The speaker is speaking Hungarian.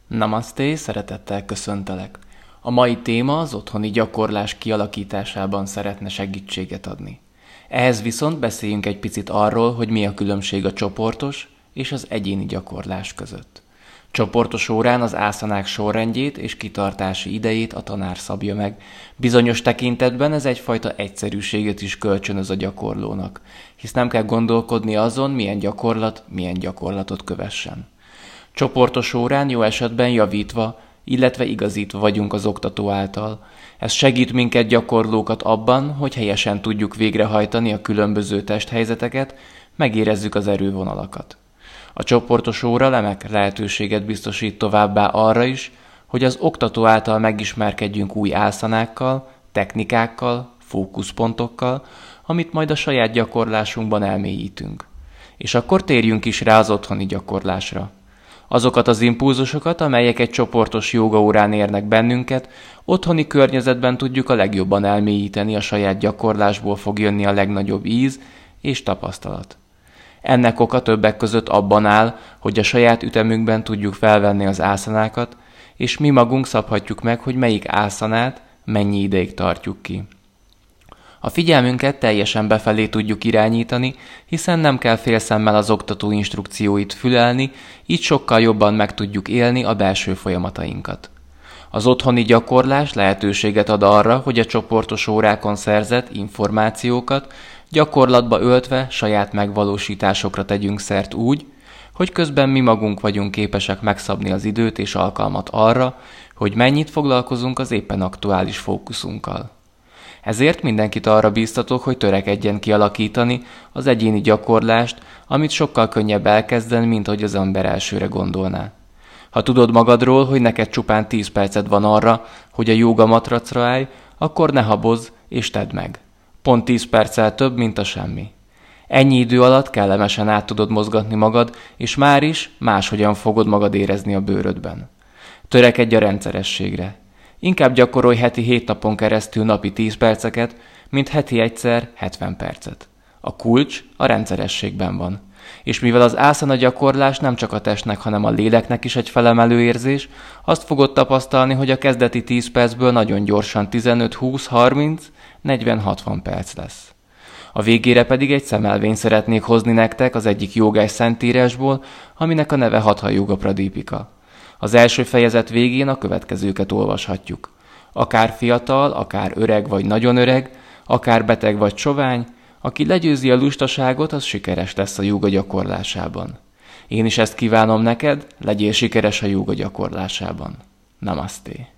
Namaste, szeretettel köszöntelek. A mai téma az otthoni gyakorlás kialakításában szeretne segítséget adni. Ehhez viszont beszéljünk egy picit arról, hogy mi a különbség a csoportos és az egyéni gyakorlás között. Csoportos órán az ászanák sorrendjét és kitartási idejét a tanár szabja meg. Bizonyos tekintetben ez egyfajta egyszerűséget is kölcsönöz a gyakorlónak, hisz nem kell gondolkodni azon, milyen gyakorlatot kövessen. Csoportos órán jó esetben javítva, illetve igazítva vagyunk az oktató által. Ez segít minket gyakorlókat abban, hogy helyesen tudjuk végrehajtani a különböző testhelyzeteket, megérezzük az erővonalakat. A csoportos óra remek lehetőséget biztosít továbbá arra is, hogy az oktató által megismerkedjünk új ászanákkal, technikákkal, fókuszpontokkal, amit majd a saját gyakorlásunkban elmélyítünk. És akkor térjünk is rá az otthoni gyakorlásra. Azokat az impulzusokat, amelyek egy csoportos jógaórán érnek bennünket, otthoni környezetben tudjuk a legjobban elmélyíteni, a saját gyakorlásból fog jönni a legnagyobb íz és tapasztalat. Ennek oka többek között abban áll, hogy a saját ütemünkben tudjuk felvenni az ászanákat, és mi magunk szabhatjuk meg, hogy melyik ászanát mennyi ideig tartjuk ki. A figyelmünket teljesen befelé tudjuk irányítani, hiszen nem kell félszemmel az oktató instrukcióit fülelni, így sokkal jobban meg tudjuk élni a belső folyamatainkat. Az otthoni gyakorlás lehetőséget ad arra, hogy a csoportos órákon szerzett információkat gyakorlatba öltve saját megvalósításokra tegyünk szert úgy, hogy közben mi magunk vagyunk képesek megszabni az időt és alkalmat arra, hogy mennyit foglalkozunk az éppen aktuális fókuszunkkal. Ezért mindenkit arra bíztatok, hogy törekedjen kialakítani az egyéni gyakorlást, amit sokkal könnyebb elkezdeni, mint hogy az ember elsőre gondolná. Ha tudod magadról, hogy neked csupán 10 perced van arra, hogy a jóga matracra állj, akkor ne habozz és tedd meg. Pont 10 perccel több, mint a semmi. Ennyi idő alatt kellemesen át tudod mozgatni magad, és már is máshogyan fogod magad érezni a bőrödben. Törekedj a rendszerességre. Inkább gyakorolj heti 7 napon keresztül napi 10 perceket, mint heti egyszer 70 percet. A kulcs a rendszerességben van. És mivel az ászana gyakorlás nem csak a testnek, hanem a léleknek is egy felemelő érzés, azt fogod tapasztalni, hogy a kezdeti 10 percből nagyon gyorsan 15, 20, 30, 40, 60 perc lesz. A végére pedig egy szemelvényt szeretnék hozni nektek az egyik jogás szentírásból, aminek a neve Hatha Yoga Pradipika. Az első fejezet végén a következőket olvashatjuk. Akár fiatal, akár öreg vagy nagyon öreg, akár beteg vagy sovány, aki legyőzi a lustaságot, az sikeres lesz a jóga gyakorlásában. Én is ezt kívánom neked, legyél sikeres a jóga gyakorlásában. Namaste.